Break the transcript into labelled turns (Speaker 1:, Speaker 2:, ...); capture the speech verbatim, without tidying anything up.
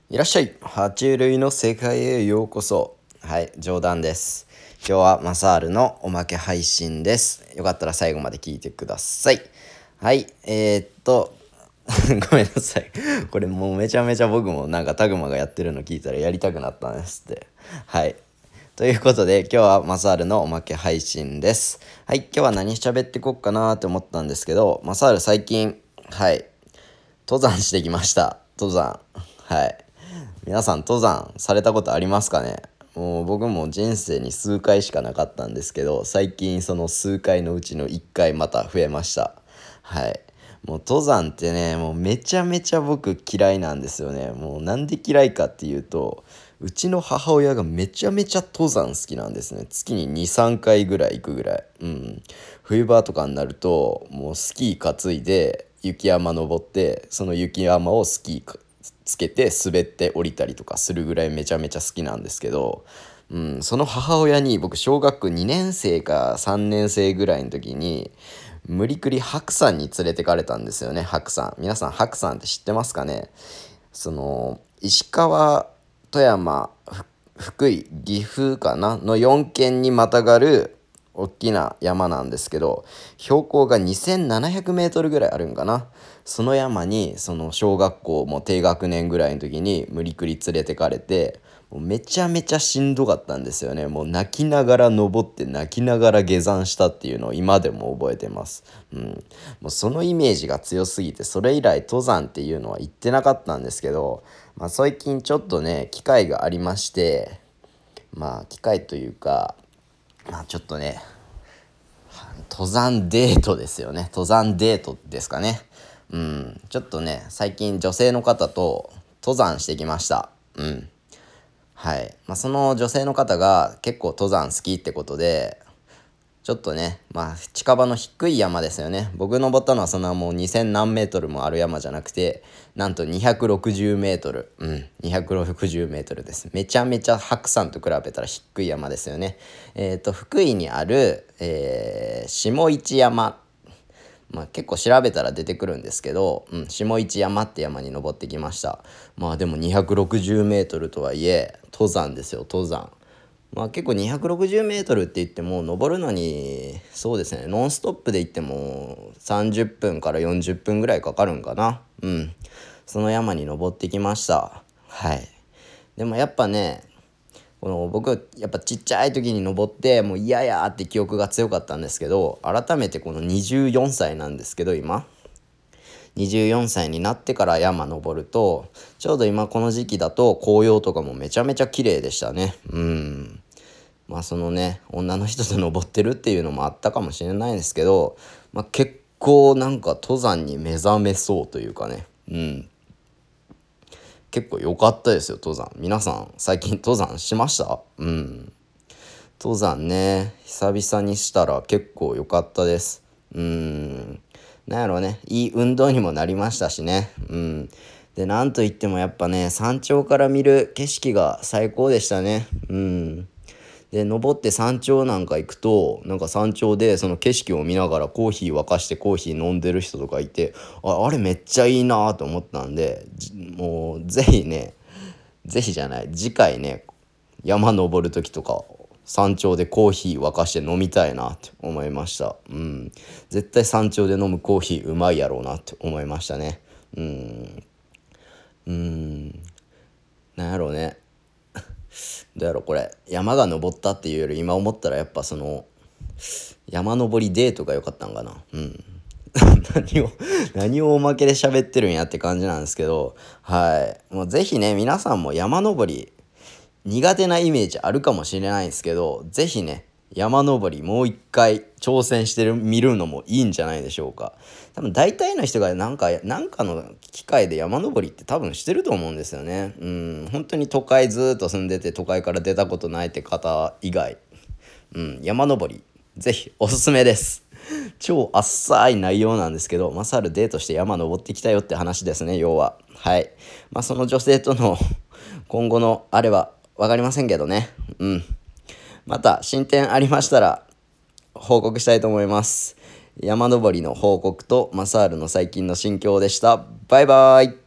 Speaker 1: いらっしゃい。爬虫類の世界へようこそ。はい、冗談です。今日はマサールのおまけ配信です。よかったら最後まで聞いてください。はい、えー、っと、ごめんなさい。これもうめちゃめちゃ僕もなんかタグマがやってるの聞いたらやりたくなったんですって。はい。ということで今日はマサールのおまけ配信です。はい、今日は何喋ってこっかなって思ったんですけど、マサール最近、はい、登山してきました。登山。はい。皆さん登山されたことありますかね？もう僕も人生に数回しかなかったんですけど、最近その数回のうちのいっかいまた増えました。はい。もう登山ってね、もうめちゃめちゃ僕嫌いなんですよね。もうなんで嫌いかっていうと、うちの母親がめちゃめちゃ登山好きなんですね。月にに、さんかいぐらい行くぐらい。うん。冬場とかになると、もうスキー担いで雪山登って、その雪山をスキーつけて滑って降りたりとかするぐらいめちゃめちゃ好きなんですけど、うん、その母親に僕小学校にねん生かさんねん生ぐらいの時に無理くり白山に連れてかれたんですよね。白山、皆さん白山って知ってますかね？その石川、富山、福井、岐阜かなのよん県にまたがる大きな山なんですけど、標高がにせんななひゃくメートルぐらいあるんかな。その山にその小学校も低学年ぐらいの時に無理くり連れてかれて、もうめちゃめちゃしんどかったんですよね。もう泣きながら登って泣きながら下山したっていうのを今でも覚えてます。うん、もうそのイメージが強すぎて、それ以来登山っていうのは行ってなかったんですけど、まあ、最近ちょっとね機会がありまして、まあ機会というか、まあちょっとね、登山デートですよね。登山デートですかね。うん、ちょっとね、最近女性の方と登山してきました。うん。はい。まあ、その女性の方が結構登山好きってことで、ちょっとね、まあ、近場の低い山ですよね。僕登ったのはそんなもうにせん何メートルもある山じゃなくて、なんとにひゃくろくじゅうメートル。うん、にひゃくろくじゅうメートルです。めちゃめちゃ白山と比べたら低い山ですよね。えっと、福井にある、えー、下市山。まあ、結構調べたら出てくるんですけど、うん、下市山って山に登ってきました。まあでもにひゃくろくじゅうメートルとはいえ登山ですよ、登山。まあ結構にひゃくろくじゅうメートルって言っても登るのにそうですね、ノンストップで行ってもさんじゅっぷんからよんじゅっぷんぐらいかかるんかな。うん。その山に登ってきました。はい。でもやっぱね、この僕やっぱちっちゃい時に登ってもう嫌やって記憶が強かったんですけど、改めてこのにじゅうよんさいなんですけど、今にじゅうよんさいになってから山登ると、ちょうど今この時期だと紅葉とかもめちゃめちゃ綺麗でしたね。うん。まあそのね、女の人と登ってるっていうのもあったかもしれないんですけど、まあ、結構なんか登山に目覚めそうというかね。うん。結構良かったですよ、登山。皆さん最近登山しました？うん。登山ね、久々にしたら結構良かったです。うーん。なんやろうね、いい運動にもなりましたしね。うん。で、なんといってもやっぱね、山頂から見る景色が最高でしたね。うん。で、登って山頂なんか行くと、なんか山頂でその景色を見ながらコーヒー沸かしてコーヒー飲んでる人とかいて、あ、あれめっちゃいいなと思ったんで、もうぜひね、ぜひじゃない、次回ね、山登る時とか山頂でコーヒー沸かして飲みたいなって思いました。うん。絶対山頂で飲むコーヒーうまいやろうなって思いましたね。うん。うん。なんやろうね。どうやろうこれ。山が登ったっていうより今思ったらやっぱその山登りデートが良かったんかな。うん。何を何をおまけで喋ってるんやって感じなんですけど、はい。もうぜひね、皆さんも山登り苦手なイメージあるかもしれないんですけど、ぜひね、山登りもう一回挑戦してる見るのもいいんじゃないでしょうか。多分大体の人がなんかなんかの機会で山登りって多分してると思うんですよね。うん、本当に都会ずっと住んでて都会から出たことないって方以外、うん、山登りぜひおすすめです。超あっさい内容なんですけど、マサルデートして山登ってきたよって話ですね、要は。はい。まあその女性との今後のあれはわかりませんけどね。うん。また進展ありましたら報告したいと思います。山登りの報告とマサールの最近の心境でした。バイバイ。